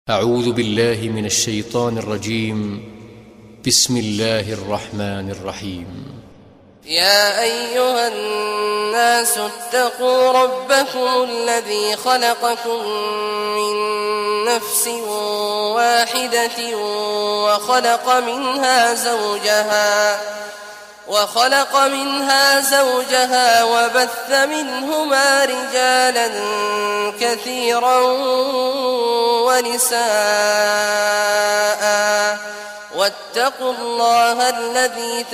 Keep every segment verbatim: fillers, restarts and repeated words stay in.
أعوذ بالله من الشيطان الرجيم. بسم الله الرحمن الرحيم. يا أيها الناس اتقوا ربكم الذي خلقكم من نفس واحدة وخلق منها زوجها وخلق منها زوجها وبث منهما رجالا كثيرا ونساء، واتقوا الله الذي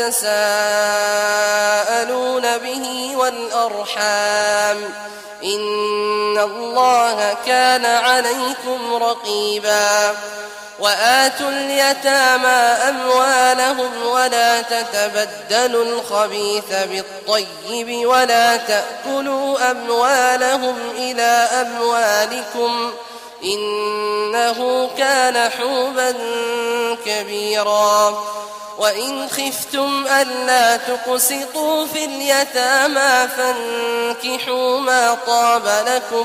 تساءلون به والأرحام، إن الله كان عليكم رقيبا. وآتوا اليتامى أموالهم ولا تتبدلوا الخبيث بالطيب ولا تأكلوا أموالهم إلى أموالكم إنه كان حوبا كبيرا. وإن خفتم ألا تقسطوا في اليتامى فانكحوا ما طاب لكم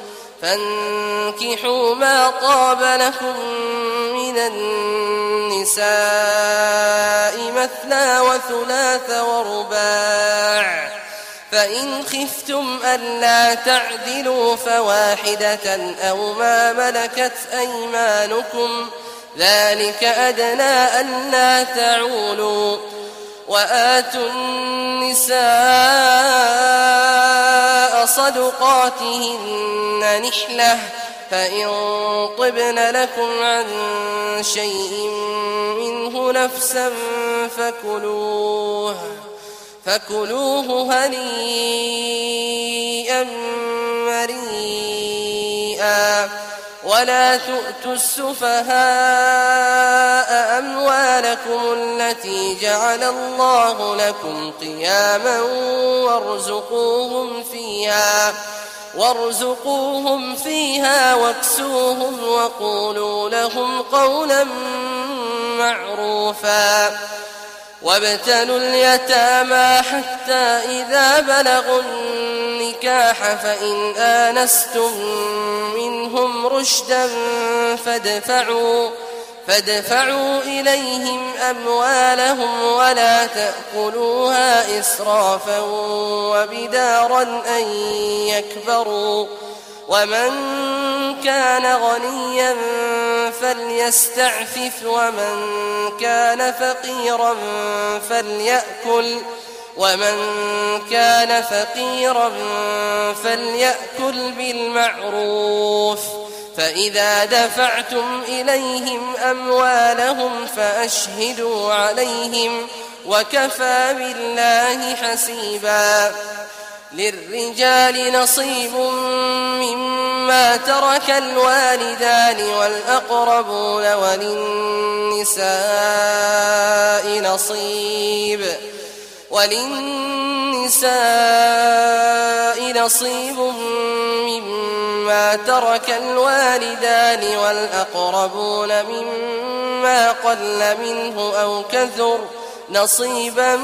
فانكحوا ما طاب لكم من النساء مثنى وثلاث ورباع، فإن خفتم ألا تعدلوا فواحدة أو ما ملكت أيمانكم ذلك أدنى ألا تعولوا. وآتوا النساء صدقاتهن نحلة، فإن طبن لكم عن شيء منه نفسا فكلوه فكلوه هنيئا مريئا. ولا تؤتوا السفهاء أموالكم التي جعل الله لكم قياما وارزقوهم فيها وارزقوهم فيها واكسوهم وقولوا لهم قولا معروفا. وابتلوا اليتامى حتى إذا بلغوا النكاح فإن آنستم منهم رشدا فادفعوا, فادفعوا إليهم أموالهم ولا تأكلوها إسرافا وبدارا أن يكبروا. ومن كان غنيا فليستعفف ومن كان فقيرا فليأكل ومن كان فقيرا فليأكل بالمعروف. فإذا دفعتم إليهم أموالهم فأشهدوا عليهم وكفى بالله حسيبا. للرجال نصيب مما ترك الوالدان والأقربون وللنساء نصيب وللنساء نصيب مما ترك الوالدان والأقربون مما قل منه أو كثر نصيبا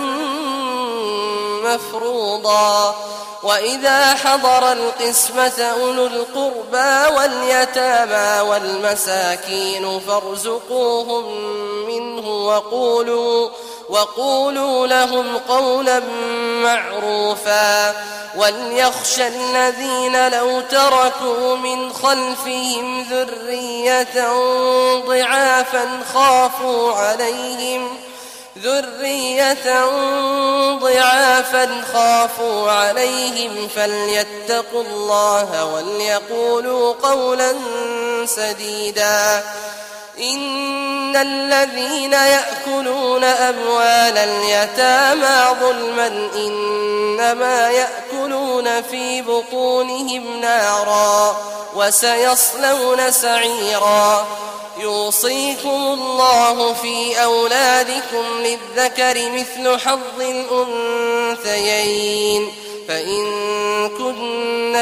مفروضا. وإذا حضر القسمة أولو القربى واليتامى والمساكين فارزقوهم منه وقولوا, وقولوا لهم قولا معروفا. وليخشى الذين لو تركوا من خلفهم ذرية ضعافا خافوا عليهم ذرية ضعافا خافوا عليهم فليتقوا الله وليقولوا قولا سديدا. إن الذين يأكلون أموال اليتامى ظلما إنما يأكلون في بطونهم نارا وسيصلون سعيرا. يوصيكم الله في أولادكم للذكر مثل حظ الأنثيين، فإن كن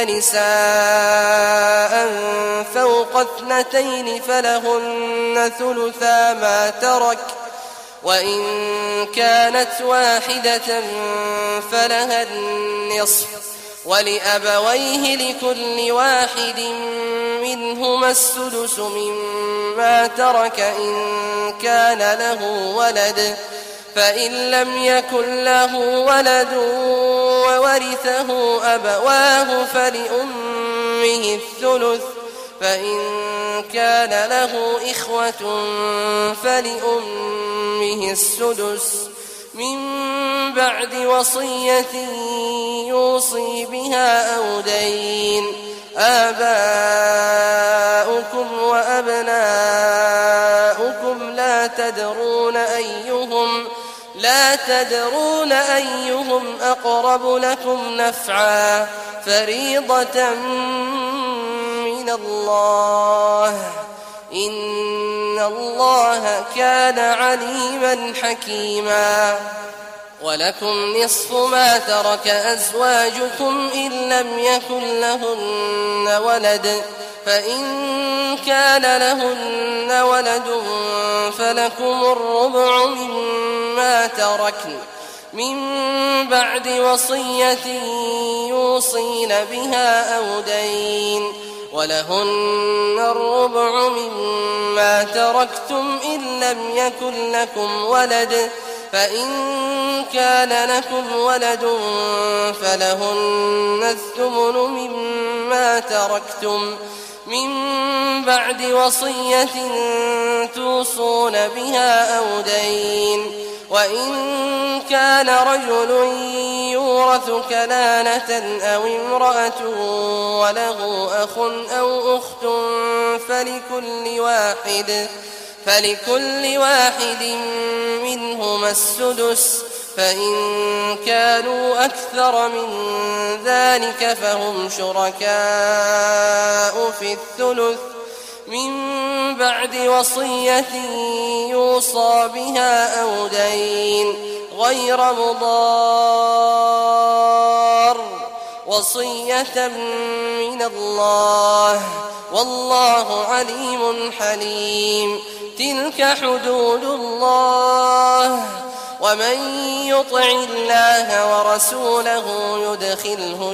نساء فوق اثنتين فلهن ثلثا ما ترك، وإن كانت واحدة فلها النصف، ولأبويه لكل واحد منهما السدس مما ترك إن كان له ولد، فإن لم يكن له ولد وورثه أبواه فلأمه الثلث، فإن كان له إخوة فلأمه السدس من بعد وصية يوصي بها أو دين. آباؤكم وأبناؤكم لا تدرون أيهم لا تدرون أيهم أقرب لكم نفعا، فريضة من الله، إن الله كان عليما حكيما. ولكم نصف ما ترك أزواجكم إن لم يكن لهن ولد، فإن كان لهن ولد فلكم الربع مما تركن من بعد وصية يوصين بها أو دين، ولهن الربع مما تركتم إن لم يكن لكم ولد، فإن كان لكم ولد فلهن الثمن مما تركتم من بعد وصية توصون بها أو دين. وإن كان رجل يورث كلالة أو امرأة وله أخ أو أخت فلكل واحد فلكل واحد منهما السدس، فإن كانوا أكثر من ذلك فهم شركاء في الثلث من بعد وصية يوصى بها أو دين غير مضار، وصية من الله، والله عليم حليم. تلك حدود الله، ومن يطع الله ورسوله يدخله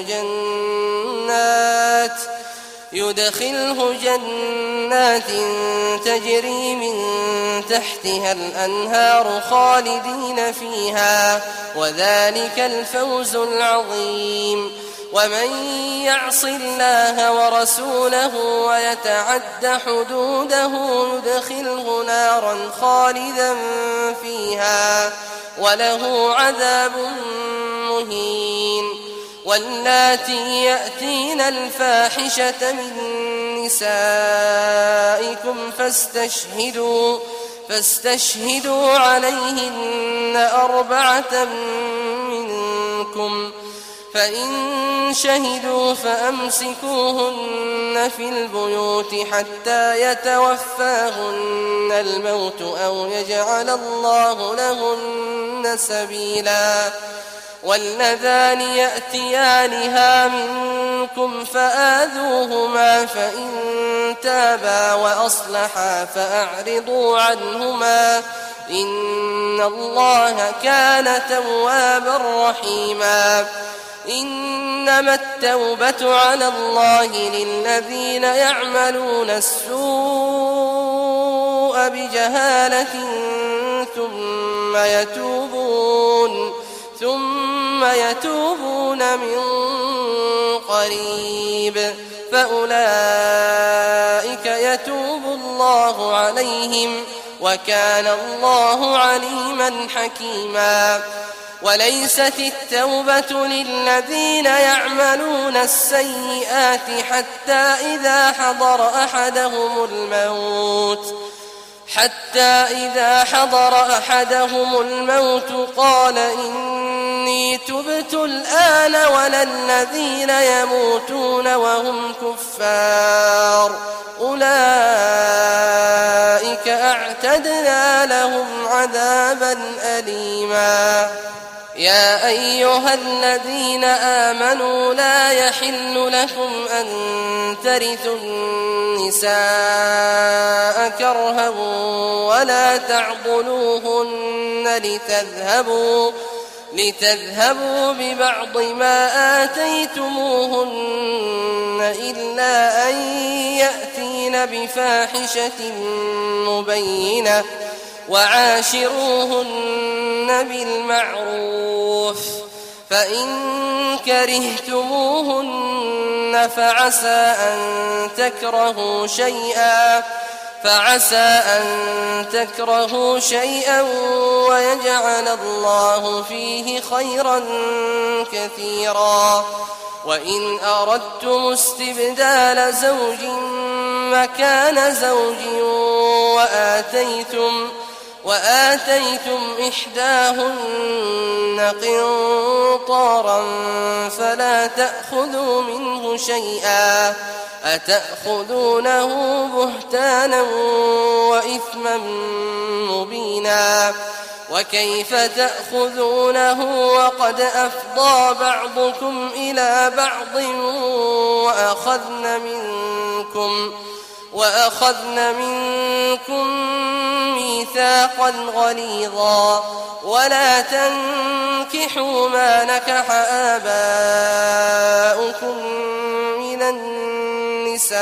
جنات يدخله جنات تجري من تحتها الأنهار خالدين فيها، وذلك الفوز العظيم. ومن يعص الله ورسوله ويتعد حدوده يدخله نارا خالدا فيها وله عذاب مهين. واللاتي يأتين الفاحشة من نسائكم فاستشهدوا فاستشهدوا عليهن أربعة منكم، فإن شهدوا فأمسكوهن في البيوت حتى يتوفاهن الموت أو يجعل الله لهن سبيلا. واللذان يأتيانها منكم فآذوهما، فإن تابا وأصلحا فأعرضوا عنهما، إن الله كان توابا رحيما. إنما التوبة على الله للذين يعملون السوء بجهالة ثم يتوبون ثم يتوبون من قريب فأولئك يتوب الله عليهم، وكان الله عليما حكيما. وليست التوبة للذين يعملون السيئات حتى إذا حضر أحدهم الموت حتى إذا حضر أحدهم الموت قال إني تبت الآن، ولا الذين يموتون وهم كفار أولئك أعتدنا لهم عذابا أليما. يا أيها الذين آمنوا لا يحل لكم أن ترثوا النساء كرها ولا تعضلوهن لتذهبوا لتذهبوا ببعض ما آتيتموهن إلا أن يأتين بفاحشة مبينة وعاشروهن بالمعروف فإن كرهتموهن فعسى أن تكرهوا شيئا فعسى أن تكرهوا شيئا ويجعل الله فيه خيرا كثيرا وإن أردتم استبدال زوج مكان زوج وآتيتم وآتيتم إحداهن قنطارا فلا تأخذوا منه شيئا أتأخذونه بهتانا وإثما مبينا وكيف تأخذونه وقد أفضى بعضكم إلى بعض وأخذن منكم وأخذن منكم ميثاقا غليظا ولا تنكحوا ما نكح آباؤكم من النساء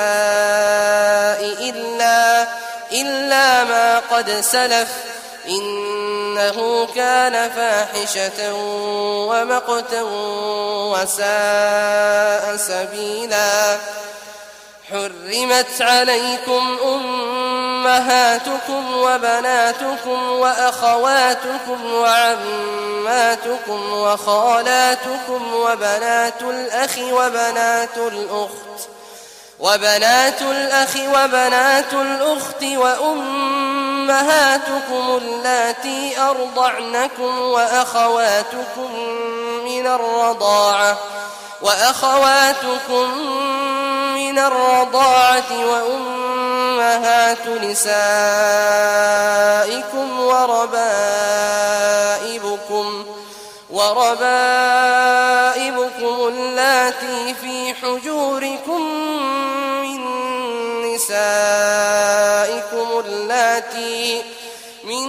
إلا, إلا ما قد سلف إنه كان فاحشة ومقتا وساء سبيلا حرمت عليكم أمهاتكم وبناتكم وأخواتكم وعماتكم وخالاتكم وبنات الأخ وبنات الأخت وبنات الأخ وبنات الأخت وأمهاتكم اللاتي أرضعنكم وأخواتكم من الرضاعة وأخواتكم من الرضاعة وأمهات نسائكم وربائبكم وربائبكم اللاتي في حجوركم من نسائكم اللاتي من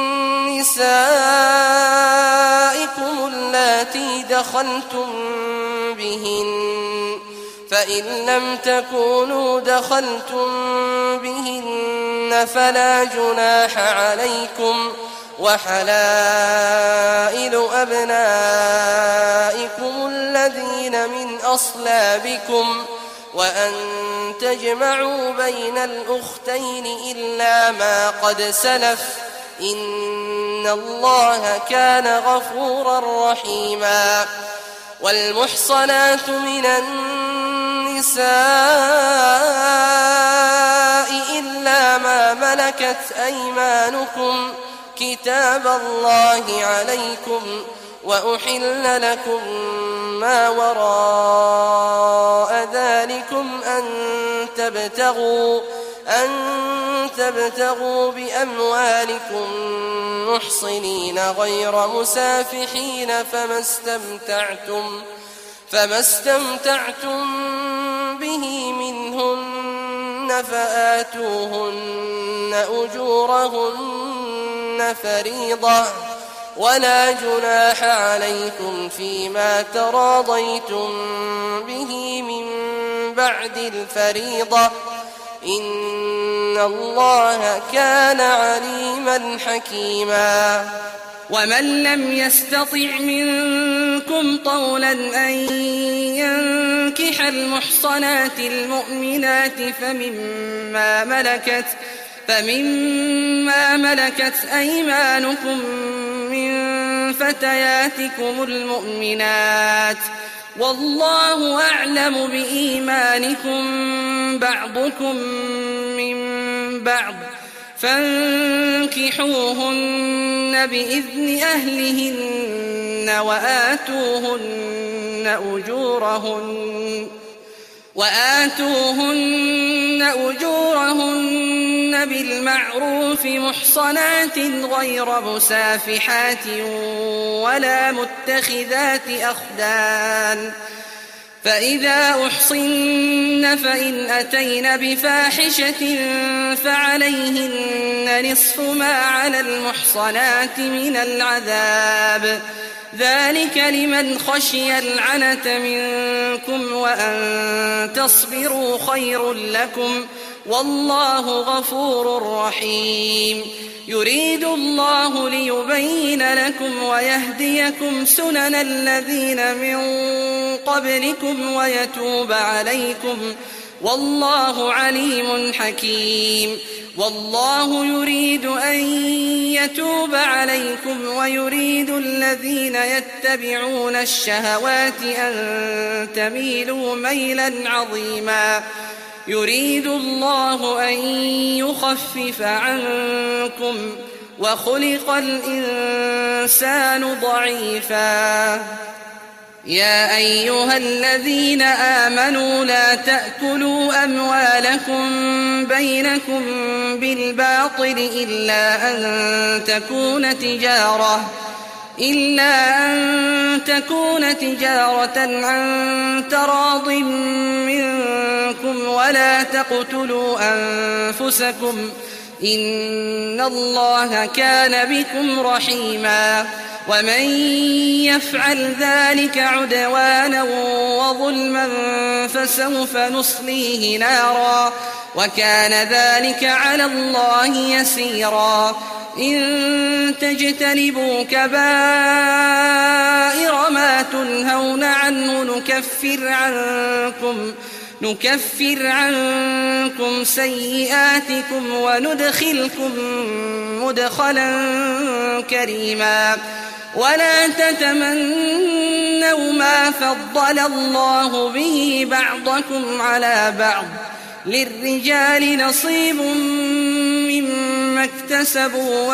نسائكم اللاتي دخلتم بهن فإن لم تكونوا دخلتم بهن فلا جناح عليكم وحلائل أبنائكم الذين من أصلابكم وأن تجمعوا بين الأختين إلا ما قد سلف إن الله كان غفورا رحيما والمحصنات من النساء إلا ما ملكت أيمانكم كتاب الله عليكم وأحل لكم ما وراء ذلكم أن تبتغوا أن تبتغوا بأموالكم محصنين غير مسافحين فما استمتعتم فما استمتعتم به منهن فآتوهن أجورهن فريضة ولا جناح عليكم فيما تراضيتم به من بعد الفريضة إن الله كان عليما حكيما ومن لم يستطع منكم طولا أن ينكح المحصنات المؤمنات فمما ملكت فمما ملكت أيمانكم من فتياتكم المؤمنات والله أعلم بإيمانكم بعضكم من بعض فانكحوهن بإذن أهلهن وآتوهن أجورهن وآتوهن أجورهن بالمعروف محصنات غير مسافحات ولا متخذات أخدان فإذا أحصن فإن أتين بفاحشة فعليهن نصف ما على المحصنات من العذاب ذلك لمن خشي العنة منكم وأن تصبروا خير لكم والله غفور رحيم يريد الله ليبين لكم ويهديكم سنن الذين من قبلكم ويتوب عليكم والله عليم حكيم والله يريد أن يتوب عليكم ويريد الذين يتبعون الشهوات أن تميلوا ميلا عظيما يريد الله أن يخفف عنكم وخلق الإنسان ضعيفا يا أيها الذين آمنوا لا تأكلوا أموالكم بينكم بالباطل إلا أن تكون تجارة إلا أن تكون تجارة عن تراض منكم ولا تقتلوا أنفسكم إن الله كان بكم رحيما ومن يفعل ذلك عدوانا وظلما فسوف نصليه نارا وكان ذلك على الله يسيرا إن تجتنبوا كبائر ما تنهون عنه نكفر عنكم نكفر عنكم سيئاتكم وندخلكم مدخلا كريما ولا تتمنوا ما فضل الله به بعضكم على بعض للرجال نصيب مما اكتسبوا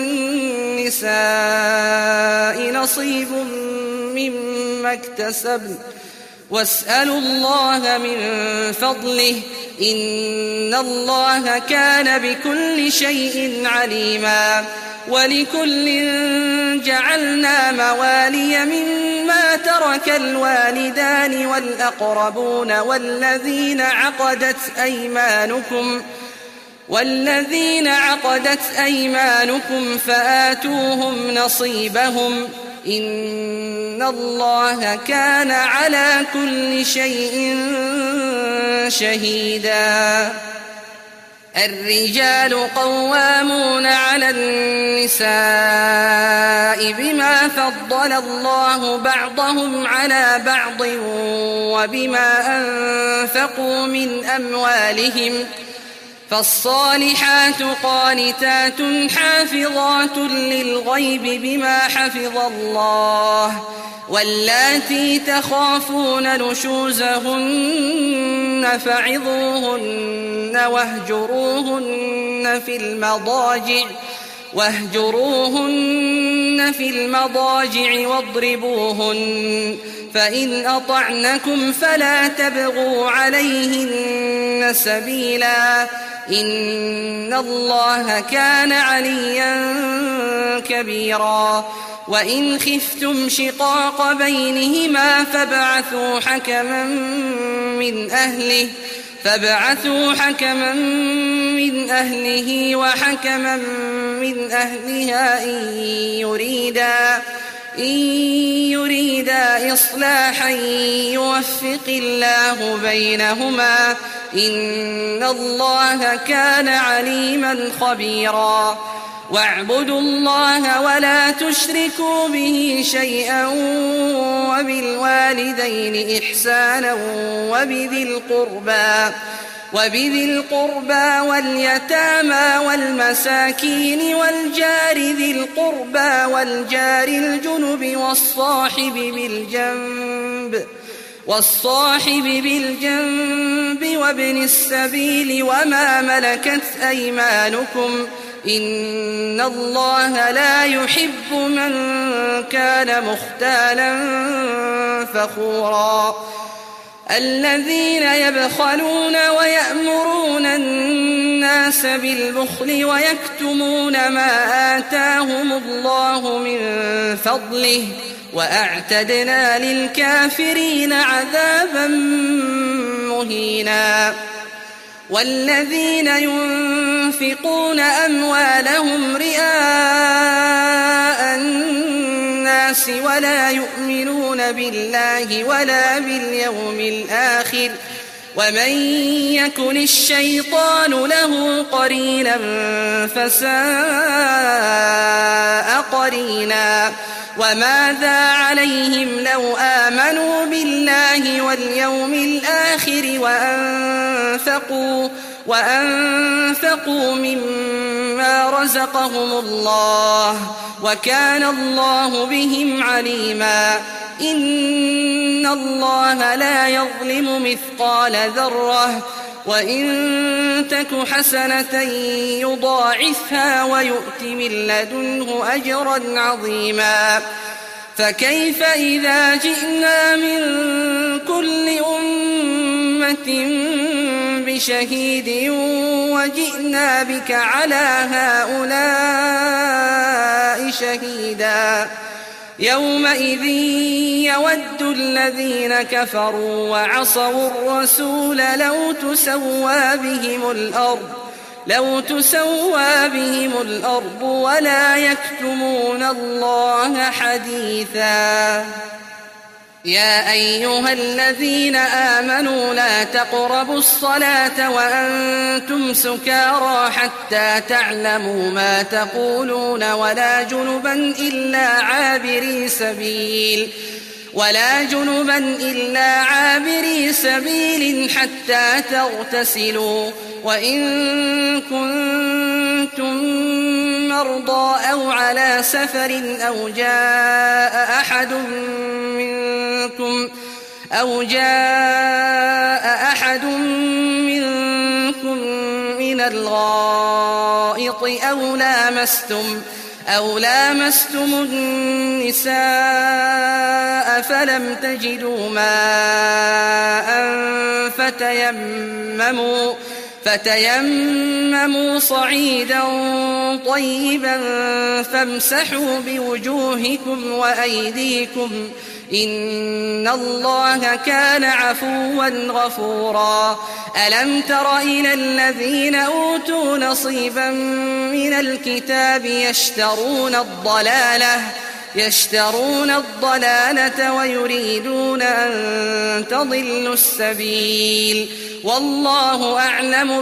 وللنساء نصيب مما اكتسبن واسألوا الله من فضله إن الله كان بكل شيء عليما ولكل جعلنا موالي مما ترك الوالدان والأقربون والذين عقدت أيمانكم والذين عقدت أيمانكم فآتوهم نصيبهم إن الله كان على كل شيء شهيدا الرجال قوامون على النساء بما فضل الله بعضهم على بعض وبما أنفقوا من أموالهم فالصالحات قانتات حافظات للغيب بما حفظ الله واللاتي تخافون نشوزهن فعظوهن واهجروهن في المضاجع واهجروهن في المضاجع واضربوهن فإن أطعنكم فلا تبغوا عليهن سبيلا إن الله كان عليا كبيرا وإن خفتم شقاق بينهما فابعثوا حكما من أهله فابعثوا حكما من أهله وحكما من أهلها إن يريدا إن يريدا إصلاحا يوفق الله بينهما إن الله كان عليما خبيرا واعبدوا الله ولا تشركوا به شيئا وبالوالدين إحسانا وبذي القربى وبذي القربى واليتامى والمساكين والجار ذي القربى والجار الجنب والصاحب بالجنب والصاحب بالجنب وابن السبيل وما ملكت أيمانكم إن الله لا يحب من كان مختالا فخورا الذين يبخلون ويأمرون الناس بالبخل ويكتمون ما آتاهم الله من فضله وأعتدنا للكافرين عذابا مهينا والذين ينفقون أموالهم رئاء الناس الناس ولا يؤمنون بالله ولا باليوم الآخر ومن يكن الشيطان له قرينا فساء قرينا وماذا عليهم لو آمنوا بالله واليوم الآخر وأنفقوا, وأنفقوا مما رزقهم الله وكان الله بهم عليما إن الله لا يظلم مثقال ذرة وإن تك حسنة يضاعفها ويؤت من لدنه أجرا عظيما فكيف إذا جئنا من كل أمة بشهيد وجئنا بك على هؤلاء شهيدا يومئذ يود الذين كفروا وعصوا الرسول لو تسوى بهم الأرض لو تسوى بهم الأرض ولا يكتمون الله حديثا يا أيها الذين آمنوا لا تقربوا الصلاة وأنتم سكارى حتى تعلموا ما تقولون ولا جنبا إلا عابري سبيل ولا جنبا إلا عابري سبيل حتى تغتسلوا وإن كنتم مرضى أو على سفر أو جاء أحد منكم أو جاء أحد منكم من الغائط أو لامستم أو لامستم النساء فلم تجدوا ماء فتيمموا فتيمموا صعيدا طيبا فامسحوا بوجوهكم وأيديكم إن الله كان عفوا غفورا ألم تر إلى الذين أوتوا نصيبا من الكتاب يشترون الضلالة يشترون الضلالة ويريدون أن تضلوا السبيل والله أعلم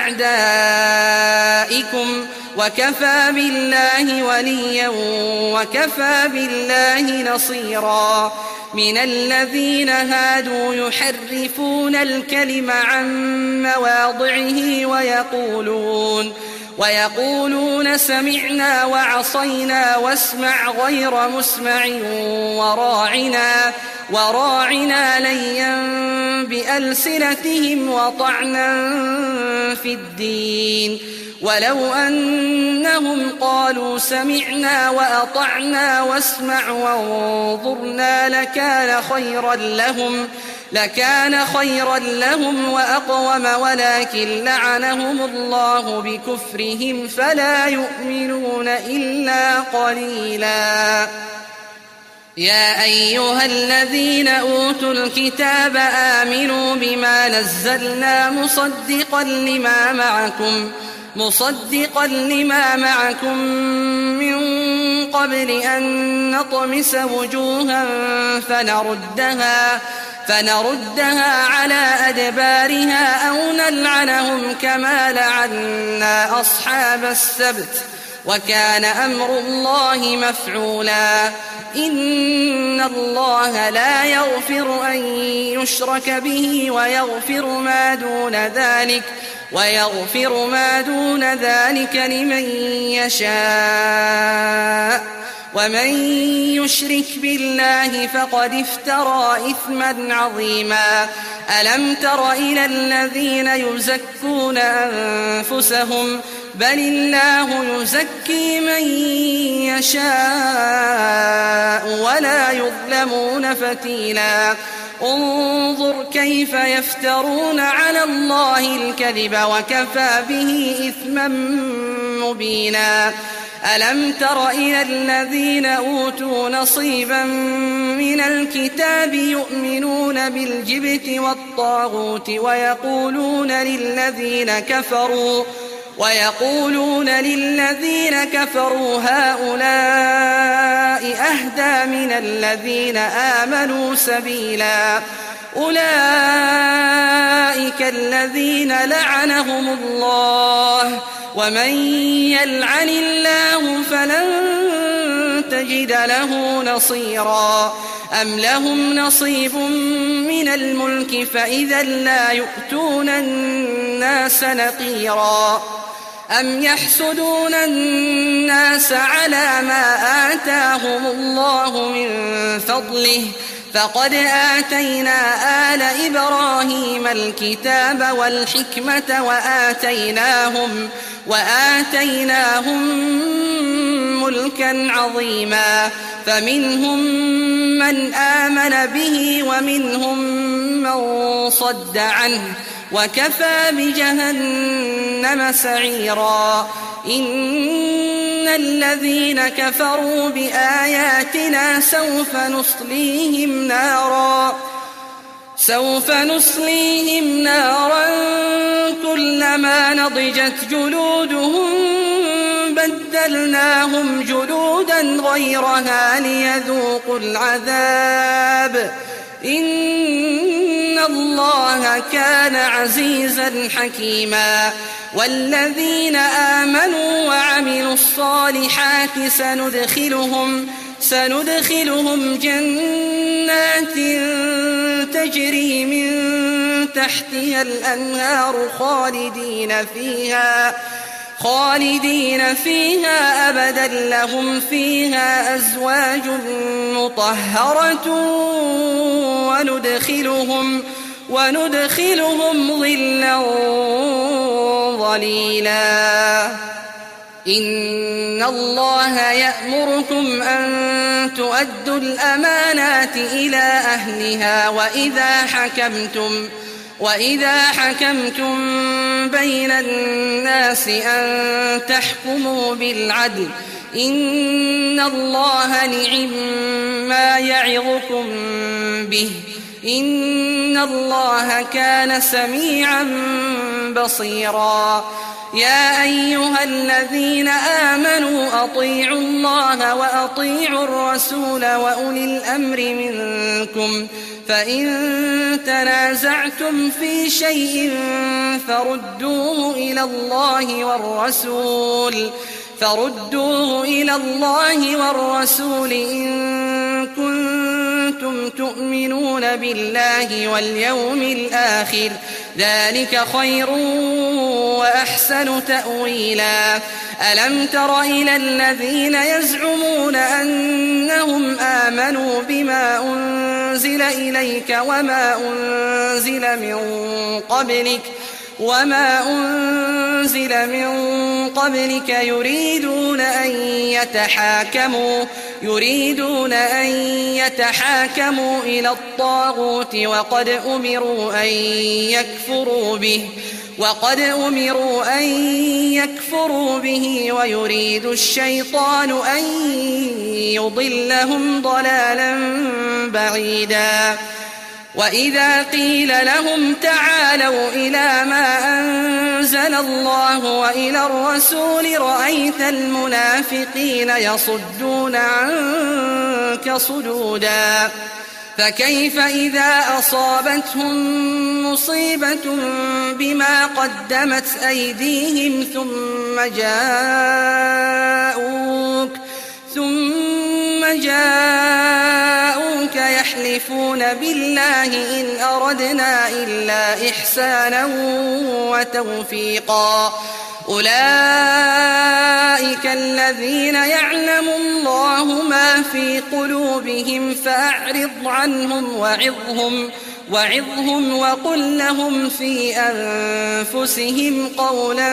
بأعدائكم وكفى بالله وليا وكفى بالله نصيرا من الذين هادوا يحرفون الكلم عن مواضعه ويقولون ويقولون سمعنا وعصينا واسمع غير مسمع وراعنا وراعنا ليا بألسنتهم وطعنا في الدين ولو أنهم قالوا سمعنا وأطعنا واسمع وانظرنا لكان خيرا لهم لكان خيرا لهم وأقوم ولكن لعنهم الله بكفرهم فلا يؤمنون إلا قليلا يا أيها الذين أوتوا الكتاب آمنوا بما نزلنا مصدقا لما معكم مصدقا لما معكم من قبل أن نطمس وجوها فنردها فنردها على أدبارها أو نلعنهم كما لعنا أصحاب السبت وكان أمر الله مفعولا إن الله لا يغفر أن يشرك به ويغفر ما دون ذلك ويغفر ما دون ذلك لمن يشاء ومن يشرك بالله فقد افترى إثما عظيما ألم تر إلى الذين يزكون أنفسهم بل الله يزكي من يشاء ولا يظلمون فتيلا انظر كيف يفترون على الله الكذب وكفى به إثما مبينا ألم تر إلى الذين أوتوا نصيبا من الكتاب يؤمنون بالجبت والطاغوت ويقولون للذين كفروا ويقولون للذين كفروا هؤلاء أهدى من الذين آمنوا سبيلا أولئك الذين لعنهم الله ومن يلعن الله فلن تجد له نصيرا أم لهم نصيب من الملك فإذا لا يؤتون الناس نقيرا أم يحسدون الناس على ما آتاهم الله من فضله فقد آتينا آل إبراهيم الكتاب والحكمة وآتيناهم, وآتيناهم ملكا عظيما فمنهم من آمن به ومنهم من صد عنه وكفى بجهنم سعيرا إن الذين كفروا بآياتنا سوف نصليهم نارا سوف نصليهم نارا كلما نضجت جلودهم بدلناهم جلودا غيرها ليذوقوا العذاب إن الله كان عزيزا حكيما والذين آمنوا وعملوا الصالحات سندخلهم سندخلهم جنات تجري من تحتها الأنهار خالدين فيها خالدين فيها أبدا لهم فيها أزواج مطهرة وندخلهم وندخلهم ظلا ظليلا إن الله يأمركم أن تؤدوا الأمانات إلى أهلها وإذا حكمتم وإذا حكمتم بين الناس أن تحكموا بالعدل إن الله نعم ما يعظكم به إن الله كان سميعا بصيرا يا أيها الذين آمنوا أطيعوا الله وأطيعوا الرسول وأولي الأمر منكم فإن تنازعتم في شيء فردوه إلى الله والرسول فردوه إلى الله والرسول إن كنتم تؤمنون بالله واليوم الآخر ذلك خير وأحسن تأويلا ألم تر إلى الذين يزعمون أنهم آمنوا بما أنزل إليك وما أنزل من قبلك وما أنزل من قبلك يريدون أن يتحاكموا يريدون أن يتحاكموا إلى الطاغوت وقد أمروا أن يكفروا به وقد أمروا أن يكفروا به ويريد الشيطان أن يضلهم ضلالا بعيدا وإذا قيل لهم تعالوا إلى ما أنزل الله وإلى الرسول رأيت المنافقين يصدون عنك صدودا فكيف إذا أصابتهم مصيبة بما قدمت أيديهم ثم جاءوك ثم جاءوك يحلفون بالله إن أردنا إلا إحسانا وتوفيقا أولئك الذين يعلم الله ما في قلوبهم فأعرض عنهم وعظهم وعظهم وقل لهم في أنفسهم قولا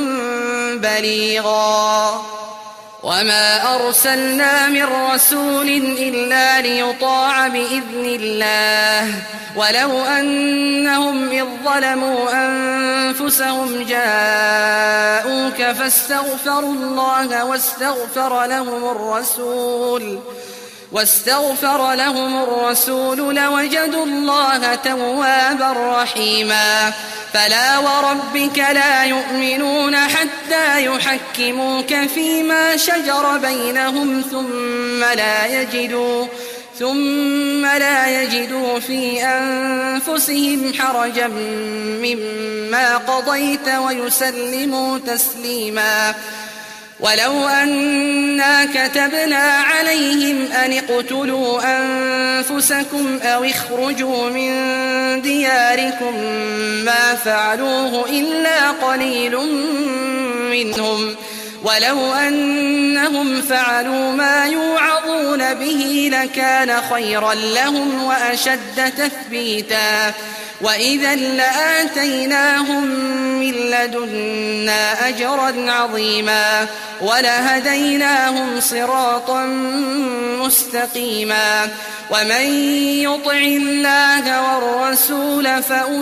بليغا وما أرسلنا من رسول إلا ليطاع بإذن الله ولو أنهم إذ ظلموا أنفسهم جاءوك فاستغفروا الله واستغفر لهم الرسول واستغفر لهم الرسول لوجدوا الله توابا رحيما. فلا وربك لا يؤمنون حتى يحكموك فيما شجر بينهم ثم لا يجدوا ثم لا يجدوا في أنفسهم حرجا مما قضيت ويسلموا تسليما. ولو أنا كتبنا عليهم أن اقتلوا أنفسكم أو اخرجوا من دياركم ما فعلوه إلا قليل منهم، ولو أنهم فعلوا ما يوعظون به لكان خيرا لهم وأشد تثبيتا، وإذا لآتيناهم من لدنا أجرا عظيما ولهديناهم صراطا مستقيما. ومن يطع الله والرسول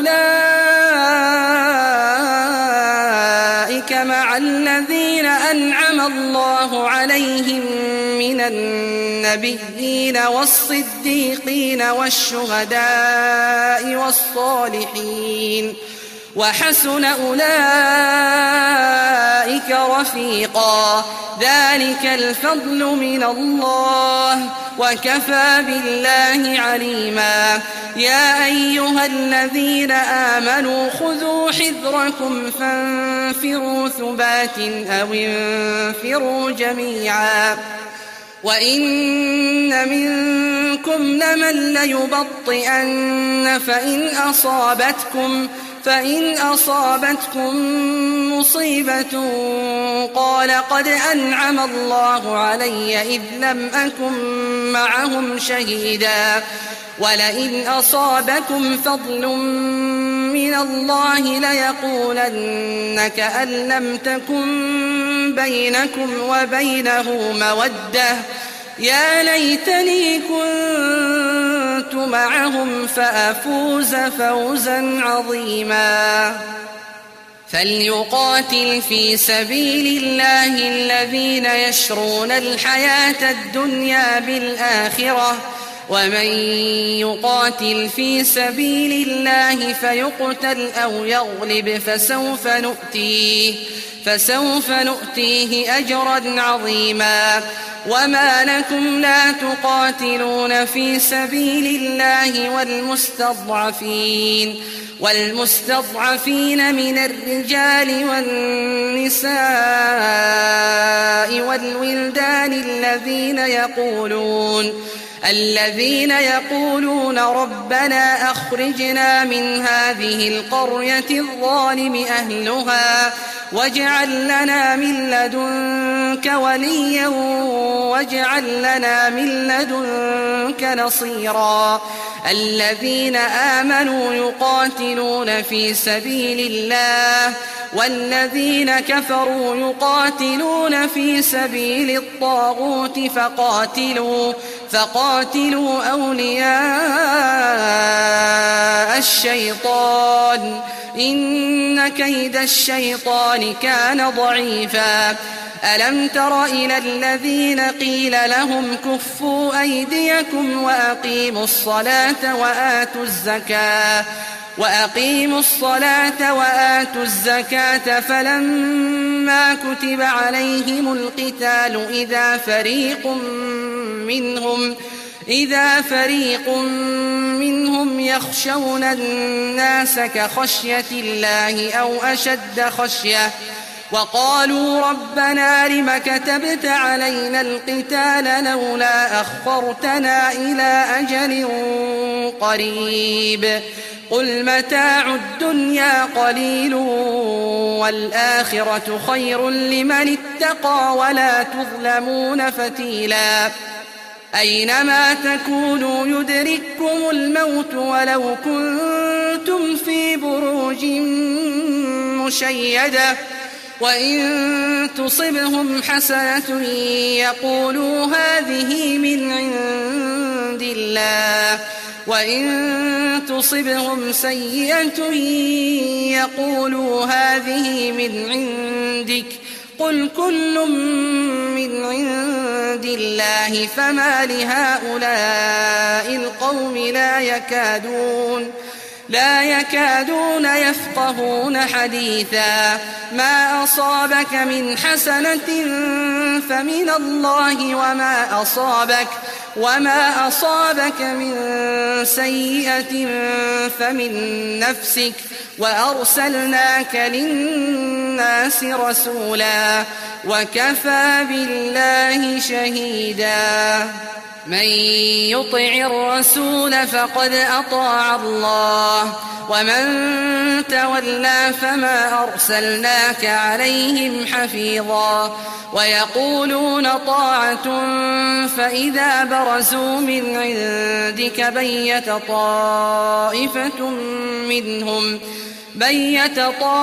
فأولئك مع الذين أنعم الله عليهم من النبيين والصديقين والشهداء والصالحين وحسن أولئك رفيقا. ذلك الفضل من الله وكفى بالله عليما. يا أيها الذين آمنوا خذوا حذركم فانفروا ثبات أو انفروا جميعا. وإن منكم لمن ليبطئن فإن أصابتكم فإن أصابتكم مصيبة قال قد أنعم الله علي إذ لم أكن معهم شهيدا، ولئن أصابكم فضل من الله ليقولن كأن لم تكن بينكم وبينه مودة يا ليتني كنت معهم فأفوز فوزا عظيما. فليقاتل في سبيل الله الذين يشرون الحياة الدنيا بالآخرة، ومن يقاتل في سبيل الله فيقتل أو يغلب فسوف نؤتيه فسوف نؤتيه أجرا عظيما. وما لكم لا تقاتلون في سبيل الله والمستضعفين والمستضعفين من الرجال والنساء والولدان الذين يقولون الذين يقولون ربنا أخرجنا من هذه القرية الظالم أهلها واجعل لنا من لدنك وليا واجعل لنا من لدنك نصيرا. الذين آمنوا يقاتلون في سبيل الله والذين كفروا يقاتلون في سبيل الطاغوت فقاتلوا فقاتلوا أولياء الشيطان إن كيد الشيطان كان ضعيفا. ألم تر إلى الذين قيل لهم كفوا أيديكم وأقيموا الصلاة وآتوا الزكاة وأقيموا الصلاة وآتوا الزكاة فلما كتب عليهم القتال إذا فريق منهم إذا فريق منهم يخشون الناس كخشية الله أو أشد خشية وقالوا ربنا لم كتبت علينا القتال لولا أخرتنا إلى أجل قريب قل متاع الدنيا قليل والآخرة خير لمن اتقى ولا تظلمون فتيلا. أينما تكونوا يدرككم الموت ولو كنتم في بروج مشيدة وإن تصبهم حسنة يقولوا هذه من عند الله وإن تصبهم سيئة يقولوا هذه من عندك قل كل من عند الله فما لهؤلاء القوم لا يكادون لا يكادون يفقهون حديثا ما أصابك من حسنة فمن الله وما أصابك وما أصابك من سيئة فمن نفسك وأرسلناك للناس رسولا وكفى بالله شهيدا من يطع الرسول فقد أطاع الله ومن تولى فما أرسلناك عليهم حفيظا ويقولون طاعة فإذا برزوا من عندك بيت طائفة منهم بيت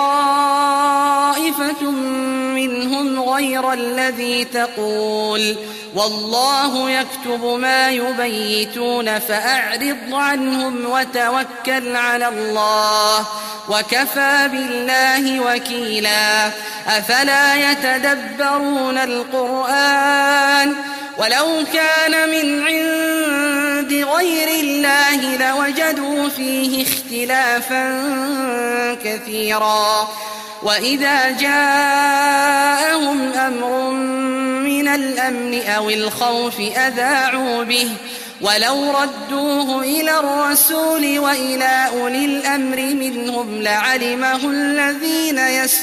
طائفة منهم غير الذي تقول والله يكتب ما يبيتون فأعرض عنهم وتوكل على الله وكفى بالله وكيلا أفلا يتدبرون القرآن ولو كان من عند غير الله لوجدوا فيه اختلافا كثيرا وإذا جاءهم أمر من الأمن أو الخوف أذاعوا به ولو ردوه إلى الرسول وإلى أولي الأمر منهم لعلمه الذين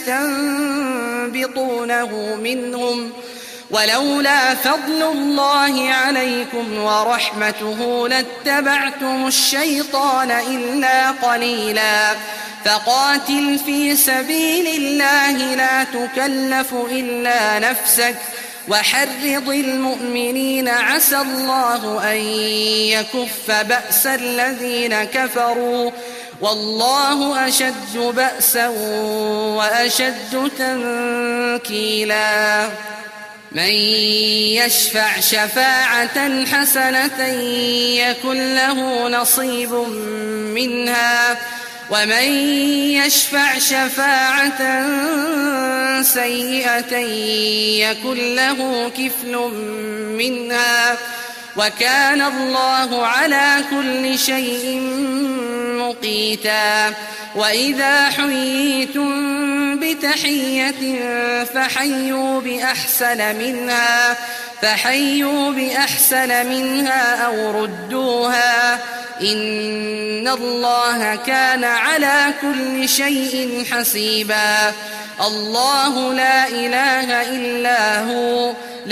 يستنبطونه منهم ولولا فضل الله عليكم ورحمته لاتبعتم الشيطان إلا قليلا فقاتل في سبيل الله لا تكلف إلا نفسك وحرض المؤمنين عسى الله أن يكف بأس الذين كفروا والله أشد بأسا وأشد تنكيلا من يشفع شفاعة حسنة يكن له نصيب منها ومن يشفع شفاعة سيئة يكن له كفل منها وكان الله على كل شيء مقيتا وإذا حييتم بتحية فحيوا بأحسن منها فحيوا بأحسن منها أو ردوها إن الله كان على كل شيء حسيبا الله لا إله إلا هو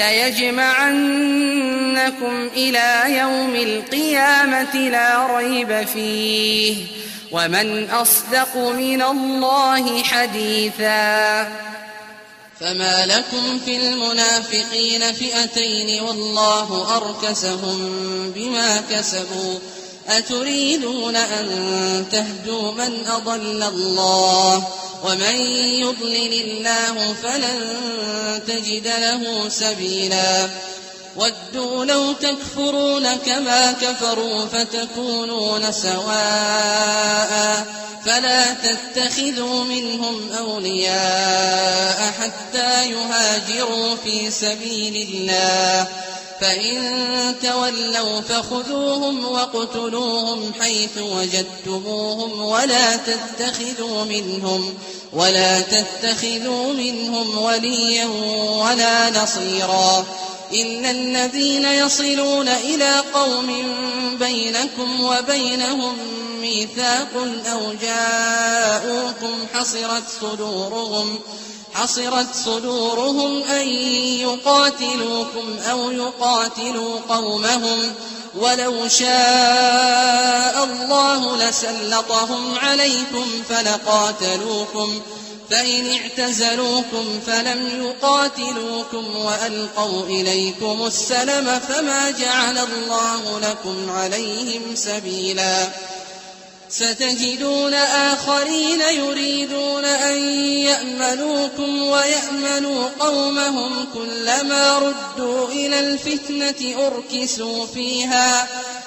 ليجمعنكم إلى يوم القيامة لا ريب فيه ومن أصدق من الله حديثا فما لكم في المنافقين فئتين والله أركسهم بما كسبوا أتريدون أن تهدوا من أضل الله ومن يضلل الله فلن تجد له سبيلا ودوا لو تكفرون كما كفروا فتكونون سواء فلا تتخذوا منهم أولياء حتى يهاجروا في سبيل الله فإن تولوا فخذوهم واقتلوهم حيث وجدتموهم ولا تتخذوا منهم ولا تتخذوا منهم وليا ولا نصيرا إلا الذين يصلون إلى قوم بينكم وبينهم ميثاق أو جاءوكم حصرت صدورهم حصرت صدورهم أن يقاتلوكم أو يقاتلوا قومهم ولو شاء الله لسلطهم عليكم فلقاتلوكم فإن اعتزلوكم فلم يقاتلوكم وألقوا إليكم السلم فما جعل الله لكم عليهم سبيلا ستجدون آخرين يريدون أن يأمنوكم ويأمنوا قومهم كلما ردوا إلى الفتنة أركسوا فيها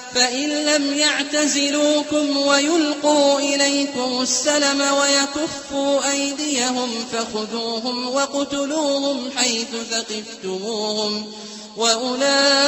فإن لم يعتزلوكم ويلقوا إليكم السلم ويكفوا أيديهم فخذوهم وقتلوهم حيث ثقفتموهم وأولئكم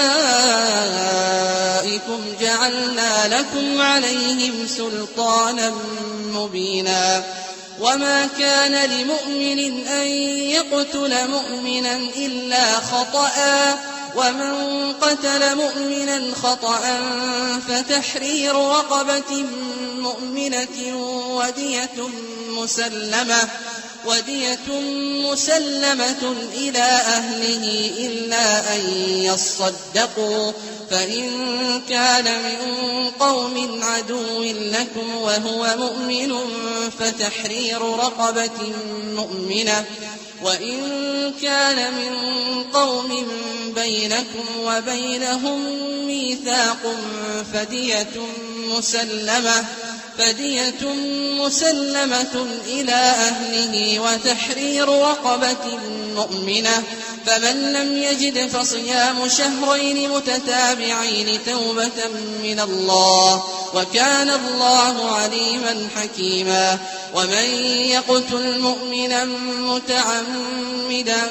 جعلنا لكم عليهم سلطانا مبينا. وما كان لمؤمن أن يقتل مؤمنا إلا خطأ، ومن قتل مؤمنا خطأ فتحرير رقبة مؤمنة ودية مسلمة ودية مسلمة إلى أهله إلا أن يصدقوا، فإن كان من قوم عدو لكم وهو مؤمن فتحرير رقبة مؤمنة، وإن كان من قوم بينكم وبينهم ميثاق فدية مسلمة فدية مسلمة إلى أهله وتحرير رقبة مؤمنة، فمن لم يجد فصيام شهرين متتابعين توبة من الله، وكان الله عليما حكيما. ومن يقتل مؤمنا متعمدا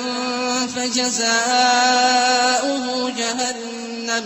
فجزاؤه جهنم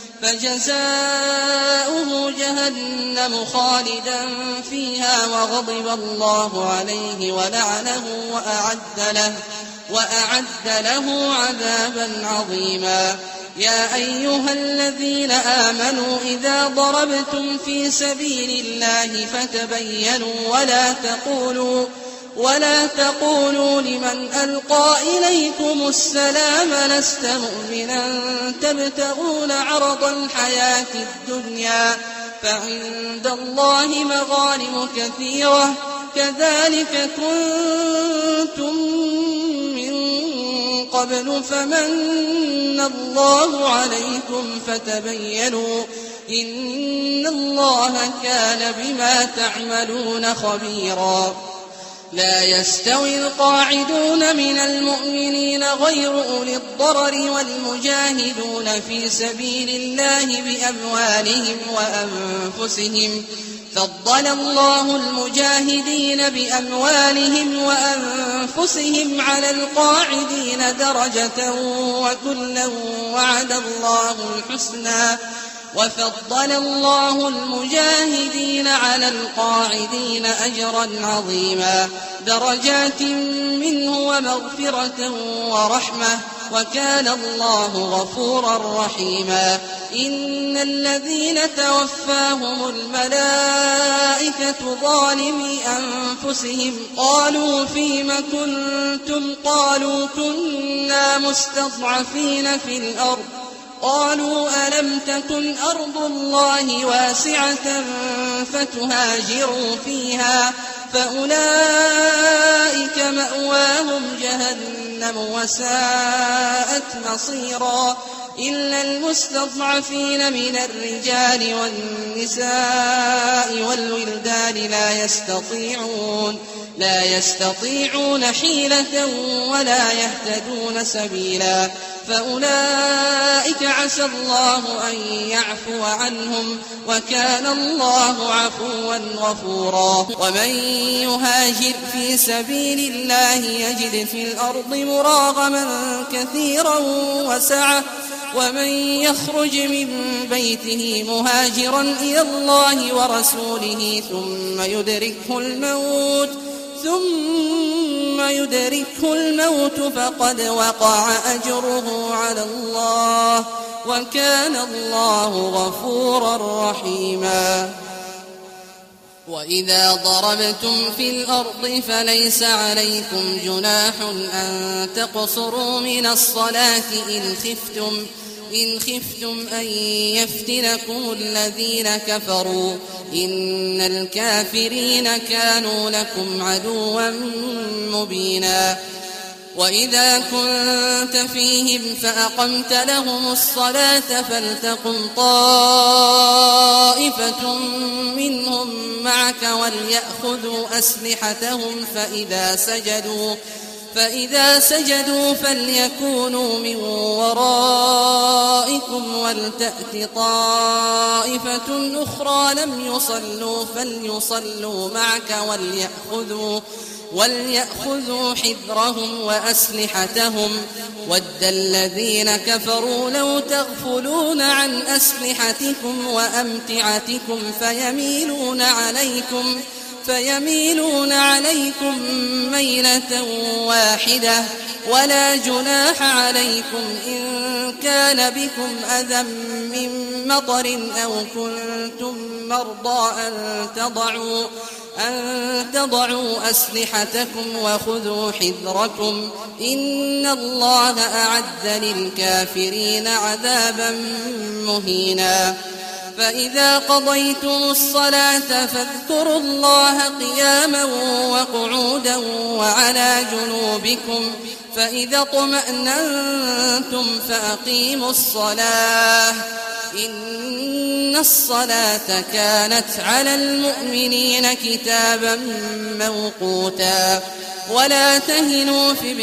فجزاؤه جهنم خالدا فيها وغضب الله عليه ولعنه وأعد له, وأعد له عذابا عظيما. يا أيها الذين آمنوا إذا ضربتم في سبيل الله فتبينوا ولا تقولوا ولا تقولوا لمن ألقى إليكم السلام لست مؤمنا تبتغون عرض الحياة الدنيا فعند الله مغانم كثيرة كذلك كنتم من قبل فمن الله عليكم فتبينوا إن الله كان بما تعملون خبيرا. لا يستوي القاعدون من المؤمنين غير أولي الضرر والمجاهدون في سبيل الله بأموالهم وأنفسهم فضل الله المجاهدين بأموالهم وأنفسهم على القاعدين درجة وكلا وعد الله الحسنى وفضل الله المجاهدين على القاعدين أجرا عظيما درجات منه ومغفرة ورحمة وكان الله غفورا رحيما. إن الذين توفاهم الملائكة ظالمي أنفسهم قالوا فيم كنتم قالوا كنا مستضعفين في الأرض قالوا ألم تكن أرض الله واسعة فتهاجروا فيها فأولئك مأواهم جهنم وساءت مصيرا. إلا المستضعفين من الرجال والنساء والولدان لا يستطيعون لا يستطيعون حيلة ولا يهتدون سبيلا فأولئك عسى الله أن يعفو عنهم وكان الله عفوا غفورا. ومن يهاجر في سبيل الله يجد في الأرض مراغما كثيرا وسعة ومن يخرج من بيته مهاجرا إلى الله ورسوله ثم يدركه الموت ثم يدركه الموت فقد وقع أجره على الله وكان الله غفورا رحيما. وإذا ضربتم في الأرض فليس عليكم جناح أن تقصروا من الصلاة إن خفتم إن خفتم أن يفتنكم الذين كفروا إن الكافرين كانوا لكم عدوا مبينا. وإذا كنت فيهم فأقمت لهم الصلاة فلتقم طائفة منهم معك وليأخذوا أسلحتهم فإذا سجدوا فإذا سجدوا فليكونوا من ورائكم ولتأت طائفة أخرى لم يصلوا فليصلوا معك وليأخذوا وليأخذوا حذرهم وأسلحتهم ود الذين كفروا لو تغفلون عن أسلحتكم وأمتعتكم فيميلون عليكم فيميلون عليكم ميلة واحدة ولا جناح عليكم إن كان بكم أذى من مطر أو كنتم مرضى أن تضعوا أن تضعوا أسلحتكم وخذوا حذركم إن الله أعد للكافرين عذابا مهينا. فإذا قضيتم الصلاة فاذكروا الله قياما وقعودا وعلى جنوبكم فإذا اطمأننتم فأقيموا الصلاة إن الصلاة كانت على المؤمنين كتابا موقوتا. ولا تهنوا في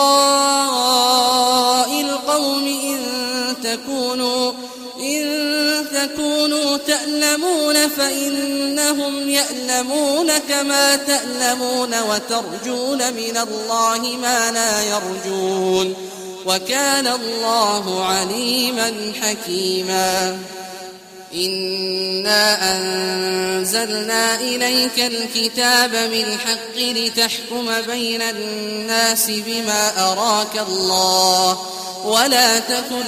ابتغاء القوم إن تكونوا إن تكونوا تألمون فإنهم يألمون كما تألمون وترجون من الله ما لا يرجون وكان الله عليما حكيما. إنا أنزلنا إليك الكتاب بالحق لتحكم بين الناس بما أراك الله ولا تكن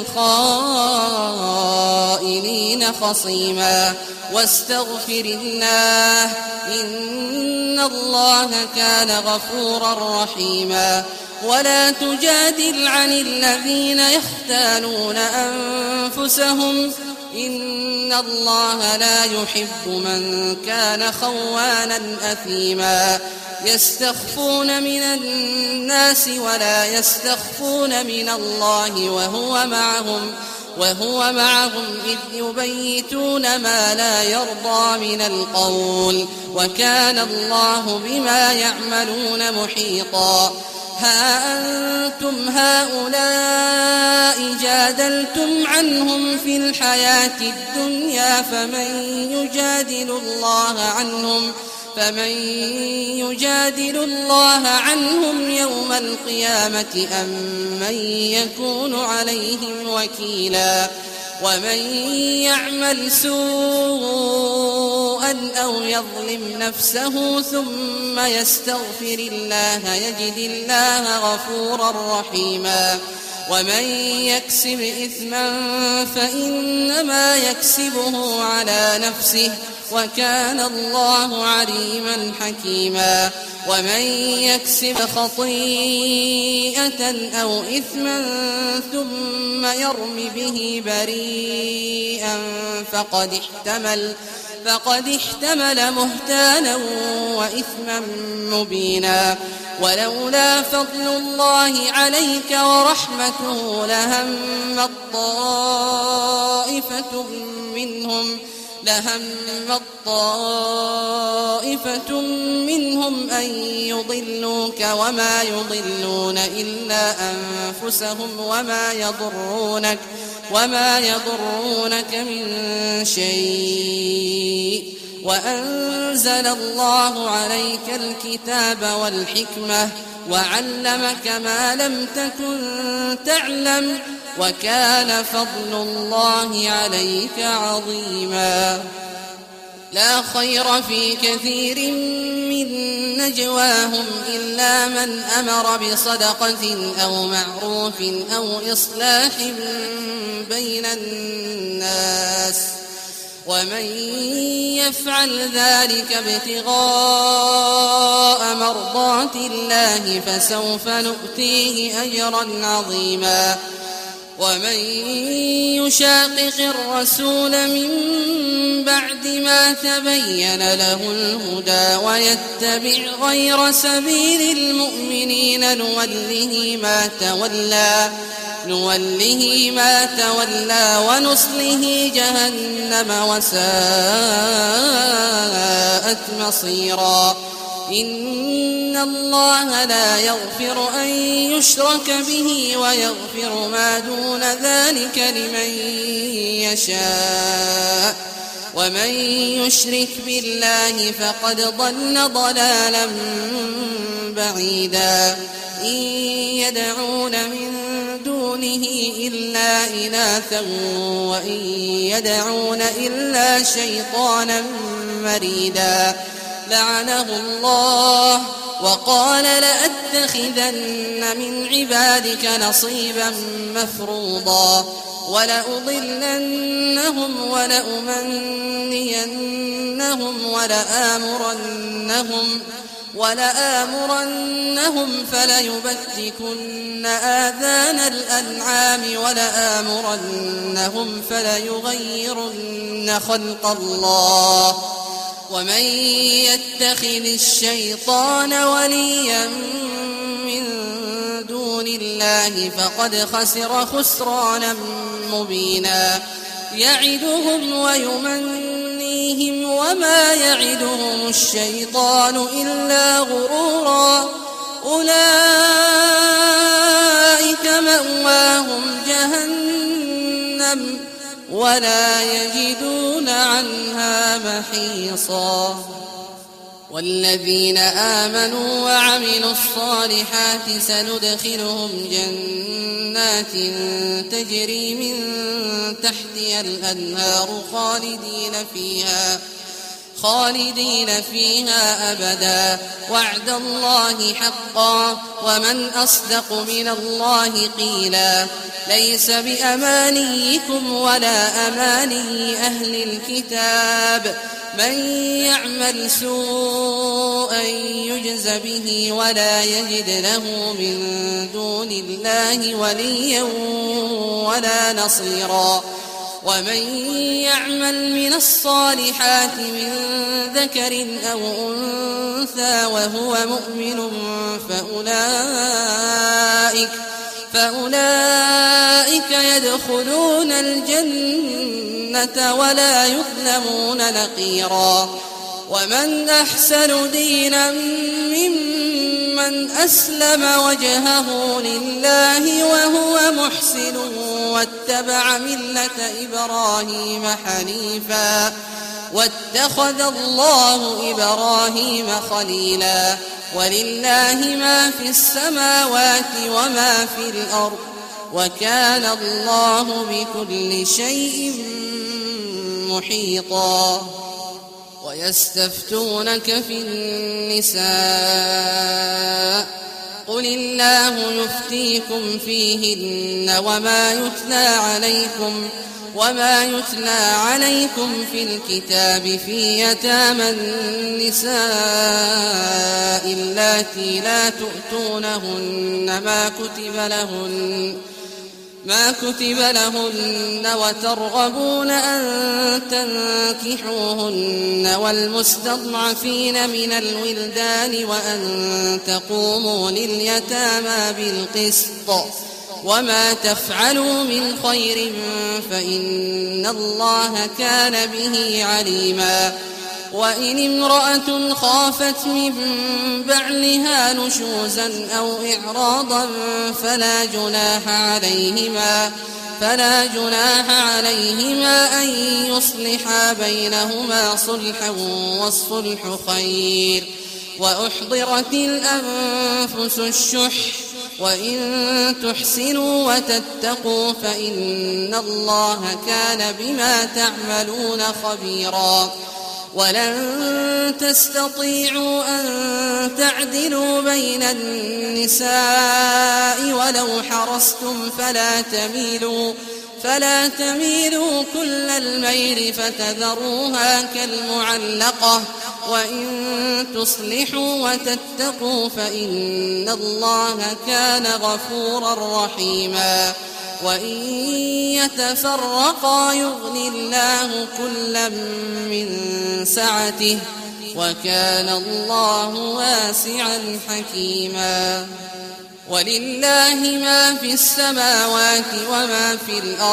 للخائنين خصيما واستغفر الله إن الله كان غفورا رحيما. ولا تجادل عن الذين يختانون أنفسهم إن الله لا يحب من كان خوانا أثيما. يستخفون من الناس ولا يستخفون من الله وهو معهم وهو معهم إذ يبيتون ما لا يرضى من القول وكان الله بما يعملون محيطا. ها أنتم هؤلاء جادلتم عنهم في الحياة الدنيا فمن يجادل الله عنهم فمن يجادل الله عنهم يوم القيامة أم من يكون عليهم وكيلا. ومن يعمل سوءا أو يظلم نفسه ثم يستغفر الله يجد الله غفورا رحيما. ومن يكسب إثما فإنما يكسبه على نفسه وكان الله عليما حكيما. ومن يكسب خطيئة أو إثما ثم يرم به بريئا فقد احتمل فقد احتمل بهتانا وإثما مبينا. ولولا فضل الله عليك ورحمته لهم طائفة منهم لهم طائفة منهم أن يضلوك وما يضلون إلا أنفسهم وما يضرونك وما يضرونك من شيء. وأنزل الله عليك الكتاب والحكمة وعلمك ما لم تكن تعلم وكان فضل الله عليك عظيما. لا خير في كثير من نجواهم إلا من أمر بصدقة أو معروف أو إصلاح بين الناس ومن يفعل ذلك ابتغاء مرضات الله فسوف نؤتيه أجرا عظيما. ومن يشاقق الرسول من بعد ما تبين له الهدى ويتبع غير سبيل المؤمنين نوله ما تولى نوله ما تولى ونصله جهنم وساءت مصيرا. إن الله لا يغفر أن يشرك به ويغفر ما دون ذلك لمن يشاء ومن يشرك بالله فقد ضل ضلالا بعيدا إن يدعون من دونه إلا إناثا وإن يدعون إلا شيطانا مريدا لعنه الله وقال لأتخذن من عبادك نصيبا مفروضا ولأضلنهم ولأمنينهم ولآمرنهم ولآمرنهم فليبتكن آذان الأنعام ولآمرنهم فليغيرن خلق الله ومن يتخذ الشيطان وليا من دون الله فقد خسر خسرانا مبينا يعدهم ويمنيهم وما يعدهم الشيطان إلا غرورا أولئك مأواهم جهنم ولا يجدون عنها محيصا والذين آمنوا وعملوا الصالحات سندخلهم جنات تجري من تحتها الأنهار خالدين فيها خالدين فيها أبدا وعد الله حقا ومن أصدق من الله قيلا ليس بأمانيكم ولا أماني أهل الكتاب من يعمل سوءا يجز به ولا يجد له من دون الله وليا ولا نصيرا ومن يعمل من الصالحات من ذكر أو أنثى وهو مؤمن فأولئك فأولئك يدخلون الجنة ولا يظلمون نقيرا ومن أحسن دينا ممن أسلم وجهه لله وهو محسن واتبع ملة إبراهيم حنيفا واتخذ الله إبراهيم خليلا ولله ما في السماوات وما في الأرض وكان الله بكل شيء محيطا ويستفتونك في النساء قل الله يفتيكم فيهن وما يتلى عليكم وما يتلى عليكم في الكتاب في يتامى النساء اللاتي لا تؤتونهن ما كتب لهن ما كتب لهن وترغبون أن تنكحوهن والمستضعفين من الولدان وأن تقوموا لليتامى بالقسط وما تفعلوا من خير فإن الله كان به عليما وإن امرأة خافت من بعلها نشوزا أو إعراضا فلا جناح عليهما فلا جناح عليهما أن يصلحا بينهما صلحا والصلح خير وأحضرت الأنفس الشح وإن تحسنوا وتتقوا فإن الله كان بما تعملون خبيرا ولن تستطيعوا أن تعدلوا بين النساء ولو حرصتم فلا تميلوا فلا تميلوا كل الميل فتذروها كالمعلقة وإن تصلحوا وتتقوا فإن الله كان غفورا رحيما وإن يتفرقا يغني الله كلا من سعته وكان الله واسعا حكيما ولله ما في السماوات وما في الأرض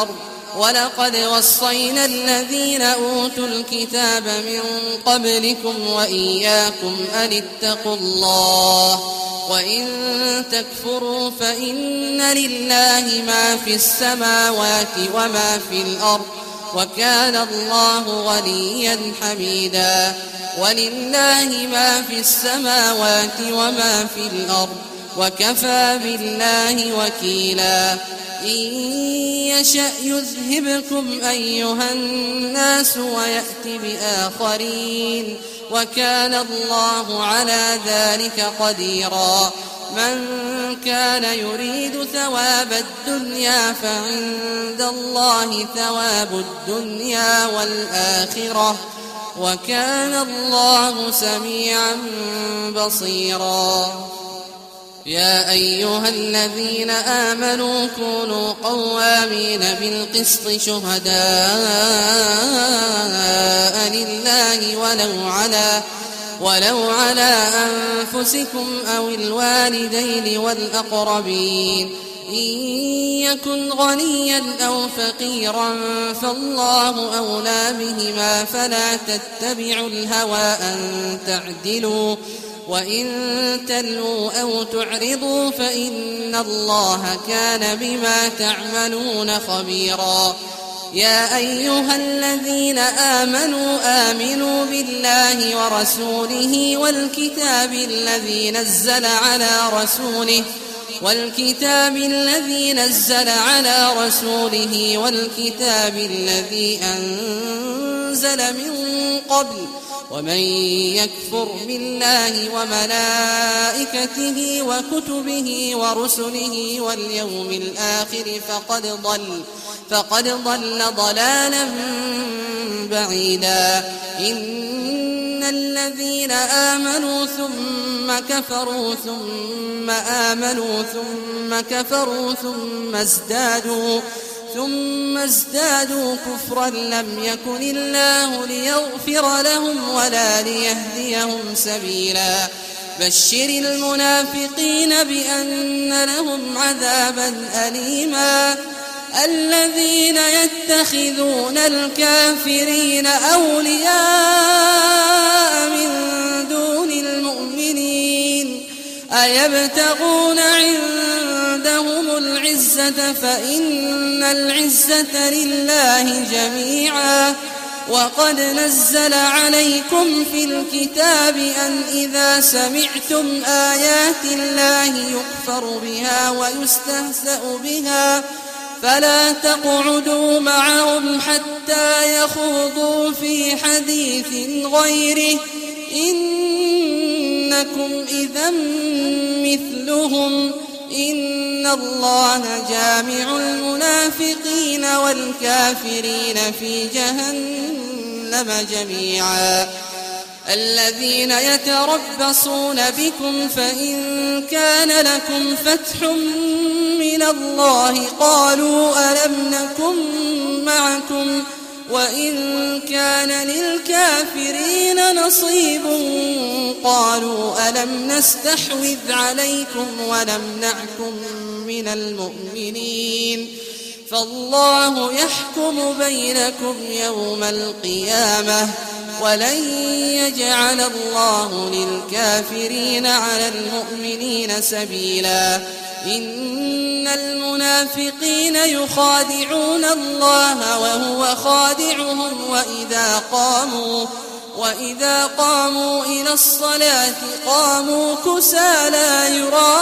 ولقد وصينا الذين أوتوا الكتاب من قبلكم وإياكم أن اتقوا الله وإن تكفروا فإن لله ما في السماوات وما في الأرض وكان الله غنيا حميدا. ولله ما في السماوات وما في الأرض وكفى بالله وكيلا. إن يشأ يذهبكم أيها الناس ويأت بآخرين وكان الله على ذلك قديرا. من كان يريد ثواب الدنيا فعند الله ثواب الدنيا والآخرة وكان الله سميعا بصيرا. يا أيها الذين آمنوا كونوا قوامين بالقسط شهداء لله ولو على ولو على أنفسكم أو الوالدين والأقربين إن يكن غنيا أو فقيرا فالله أولى بهما فلا تتبعوا الهوى أن تعدلوا وإن تلووا أو تعرضوا فإن الله كان بما تعملون خبيرا. يا أيها الذين آمنوا آمنوا بالله ورسوله والكتاب الذي نزل على رسوله والكتاب الذي نزل على رسوله والكتاب الذي أنزل من قبل ومن يكفر بالله وملائكته وكتبه ورسله واليوم الآخر فقد ضل فقد ضل ضلالا بعيدا. إن الذين آمنوا ثم كفروا ثم آمنوا ثم كفروا ثم ازدادوا ثم ازدادوا كفرا لم يكن الله ليغفر لهم ولا ليهديهم سبيلا. بشر المنافقين بأن لهم عذابا أليما. الذين يتخذون الكافرين أولياء من دون المؤمنين أيبتغون عندهم العزة فإن العزة لله جميعا. وقد نزل عليكم في الكتاب أن إذا سمعتم آيات الله يكفر بها ويستهزأ بها فلا تقعدوا معهم حتى يخوضوا في حديث غيره إنكم إذا مثلهم إن الله جامع المنافقين والكافرين في جهنم جميعا. الذين يتربصون بكم فإن كان لكم فتح من الله قالوا ألم نكن معكم وإن كان للكافرين نصيب قالوا ألم نستحوذ عليكم ونمنعكم من المؤمنين فالله يحكم بينكم يوم القيامة ولن يجعل الله للكافرين على المؤمنين سبيلا. إن المنافقين يخادعون الله وهو خادعهم وإذا قاموا وإذا قاموا إلى الصلاة قاموا كسالى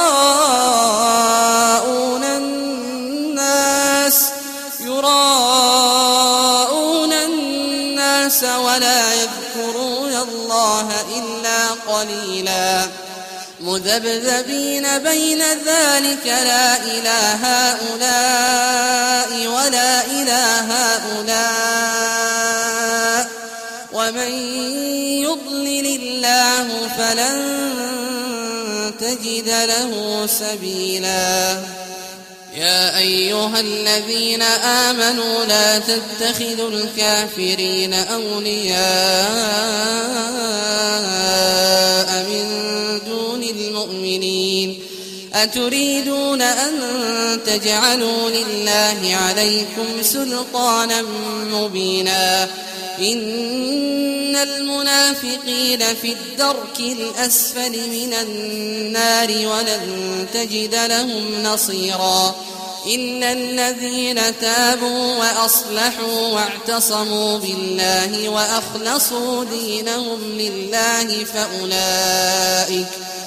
يراءون الناس يراءون الناس ولا يذكرون الله إلا قليلا. مذبذبين بين ذلك لا إله هؤلاء ولا إله هؤلاء ومن يضلل الله فلن تجد له سبيلا. يا أيها الذين آمنوا لا تتخذوا الكافرين أولياء من دون المؤمنين أتريدون أن تجعلوا لله عليكم سلطانا مبينا إن المنافقين في الدرك الأسفل من النار ولن تجد لهم نصيرا إلا الذين تابوا وأصلحوا واعتصموا بالله وأخلصوا دينهم لله فأولئك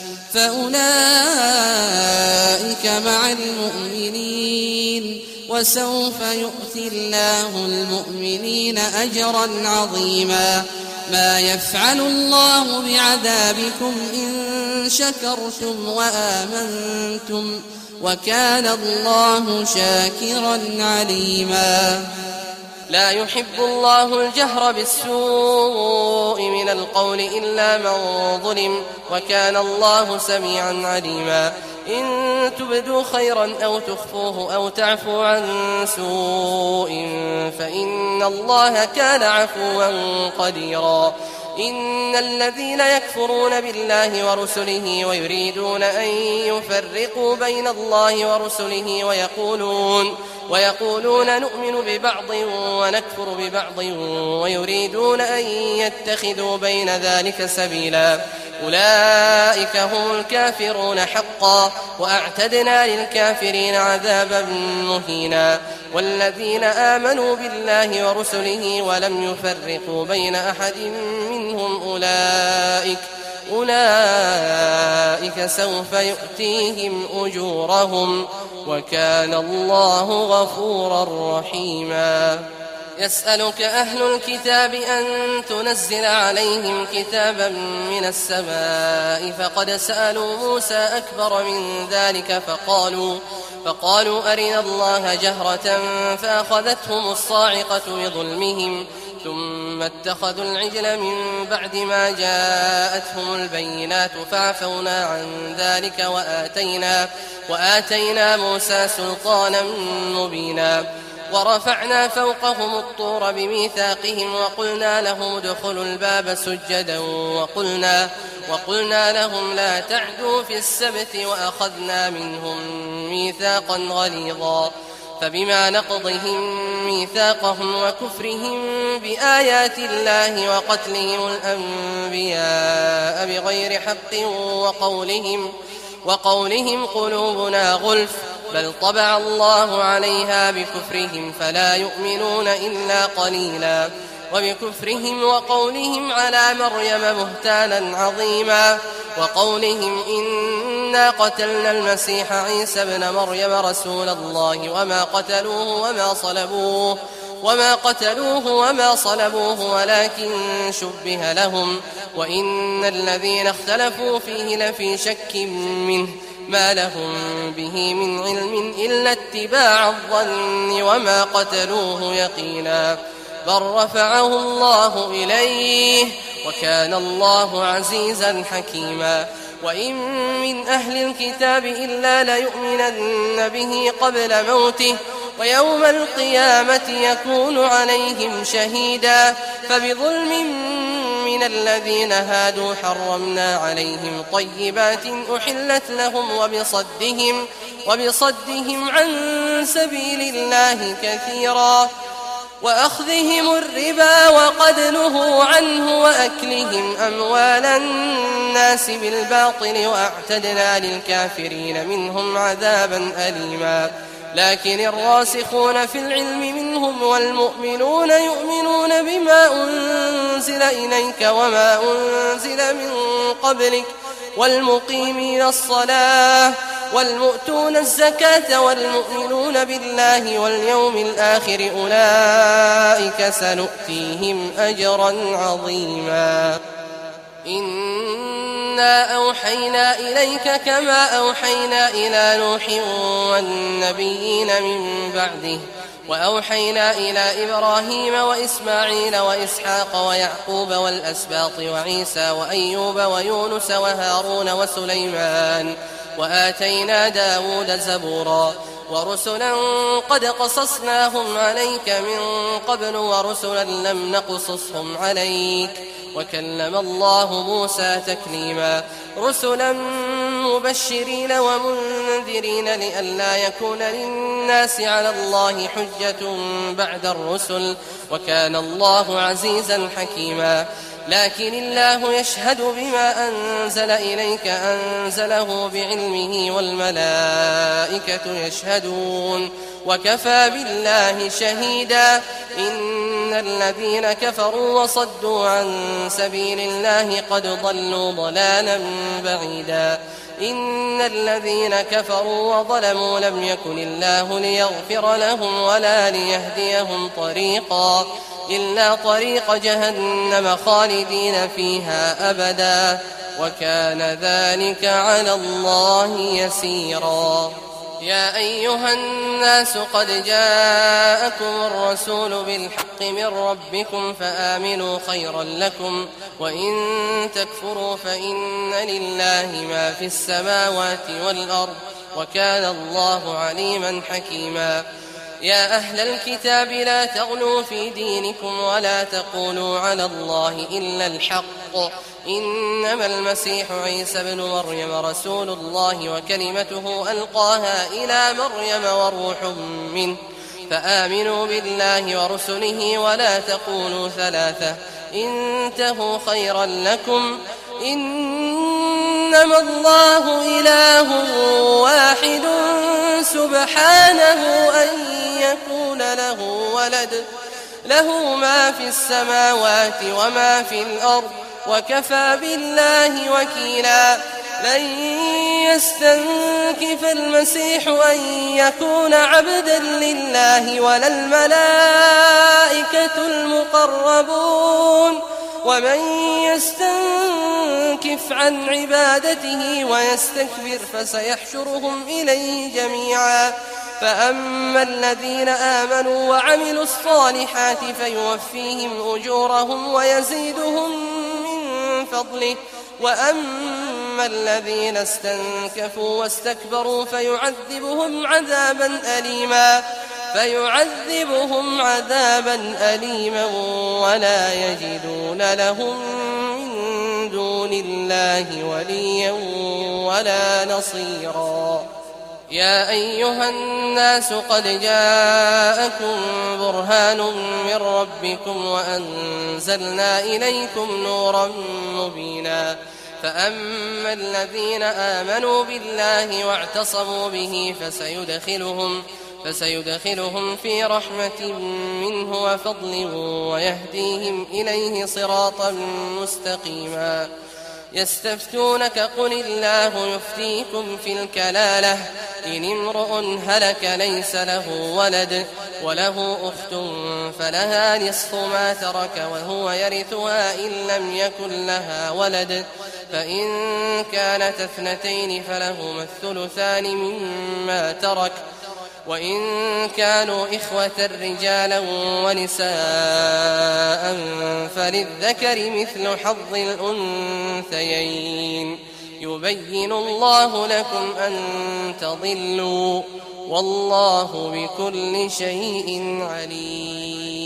فأولئك مع المؤمنين وسوف يؤتي الله المؤمنين أجرا عظيما ما يفعل الله بعذابكم إن شكرتم وآمنتم وكان الله شاكرا عليما لا يحب الله الجهر بالسوء من القول إلا من ظلم وكان الله سميعا عليما إن تبدوا خيرا أو تخفوه أو تعفو عن سوء فإن الله كان عفوا قديرا إن الذين يكفرون بالله ورسله ويريدون أن يفرقوا بين الله ورسله ويقولون ويقولون نؤمن ببعض ونكفر ببعض ويريدون أن يتخذوا بين ذلك سبيلا أولئك هم الكافرون حقا وأعتدنا للكافرين عذابا مهينا والذين آمنوا بالله ورسله ولم يفرقوا بين أحد منهم أولئك أولئك سوف يؤتيهم أجورهم وكان الله غفورا رحيما يسألك أهل الكتاب أن تنزل عليهم كتابا من السماء فقد سألوا موسى أكبر من ذلك فقالوا فقالوا أرنا الله جهرة فأخذتهم الصاعقة بظلمهم ثم اتخذوا العجل من بعد ما جاءتهم البينات فعفونا عن ذلك وآتينا, وآتينا موسى سلطانا مبينا ورفعنا فوقهم الطور بميثاقهم وقلنا لهم ادخلوا الباب سجدا وقلنا, وقلنا لهم لا تعدوا في السبت وأخذنا منهم ميثاقا غليظا فبما نقضهم ميثاقهم وكفرهم بآيات الله وقتلهم الأنبياء بغير حق وقولهم, وقولهم قلوبنا غلف بل طبع الله عليها بكفرهم فلا يؤمنون إلا قليلا وبكفرهم وقولهم على مريم بهتانا عظيما وقولهم إنا قتلنا المسيح عيسى ابن مريم رسول الله وما قتلوه وما صلبوه وما قتلوه وما صلبوه ولكن شبه لهم وإن الذين اختلفوا فيه لفي شك منه ما لهم به من علم إلا اتباع الظن وما قتلوه يقينا بل رفعه الله إليه وكان الله عزيزا حكيما وإن من أهل الكتاب إلا ليؤمنن به قبل موته ويوم القيامة يكون عليهم شهيدا فبظلم من الذين هادوا حرمنا عليهم طيبات أحلت لهم وبصدهم, وبصدهم عن سبيل الله كثيرا وأخذهم الربا وقد نهوا عنه وأكلهم أموال الناس بالباطل وأعتدنا للكافرين منهم عذابا أليما لكن الراسخون في العلم منهم والمؤمنون يؤمنون بما أنزل إليك وما أنزل من قبلك والمقيمين الصلاة والمؤتون الزكاة والمؤمنون بالله واليوم الآخر أولئك سنؤتيهم أجرا عظيما إنا أوحينا إليك كما أوحينا إلى نوح والنبيين من بعده وأوحينا إلى إبراهيم وإسماعيل وإسحاق ويعقوب والأسباط وعيسى وأيوب ويونس وهارون وسليمان وآتينا داود زبورا ورسلا قد قصصناهم عليك من قبل ورسلا لم نقصصهم عليك وكلم الله موسى تكليما رسلا مبشرين ومنذرين لئلا يكون للناس على الله حجة بعد الرسل، وكان الله عزيزا حكيما. لكن الله يشهد بما أنزل إليك أنزله بعلمه والملائكة يشهدون وكفى بالله شهيدا. إن الذين كفروا وصدوا عن سبيل الله قد ضلوا ضلالا بعيدا. إن الذين كفروا وظلموا لم يكن الله ليغفر لهم ولا ليهديهم طريقا إلا طريق جهنم خالدين فيها أبدا، وكان ذلك على الله يسيرا. يا أيها الناس قد جاءكم الرسول بالحق من ربكم فآمنوا خيرا لكم، وإن تكفروا فإن لله ما في السماوات والأرض، وكان الله عليما حكيما. يا أهل الكتاب لا تغلوا في دينكم ولا تقولوا على الله إلا الحق، إنما المسيح عيسى بن مريم رسول الله وكلمته ألقاها إلى مريم وروح منه، فآمنوا بالله ورسله ولا تقولوا ثلاثة انتهوا خيرا لكم، إنما الله إله واحد سبحانه أن يكون له ولد، له ما في السماوات وما في الأرض، وكفى بالله وكيلا. لن يستنكف المسيح أن يكون عبدا لله ولا الملائكة المقربون، ومن يستنكف عن عبادته ويستكبر فسيحشرهم إليه جميعا. فأما الذين آمنوا وعملوا الصالحات فيوفيهم أجورهم ويزيدهم من فضله، وأما الذين استنكفوا واستكبروا فيعذبهم عذابا أليما فيعذبهم عذابا أليما ولا يجدون لهم من دون الله وليا ولا نصيرا. يا أيها الناس قد جاءكم برهان من ربكم وأنزلنا إليكم نورا مبينا. فأما الذين آمنوا بالله واعتصموا به فسيدخلهم فسيدخلهم في رحمة منه وفضل ويهديهم إليه صراطا مستقيما. يستفتونك قل الله يفتيكم في الكلالة إن امرؤ هلك ليس له ولد وله أخت فلها نصف ما ترك وهو يرثها إن لم يكن لها ولد، فإن كانت اثنتين فلهما الثلثان مما ترك، وإن كانوا إخوة رجالا ونساء فللذكر مثل حظ الأنثيين. يبين الله لكم أن تضلوا والله بكل شيء عليم.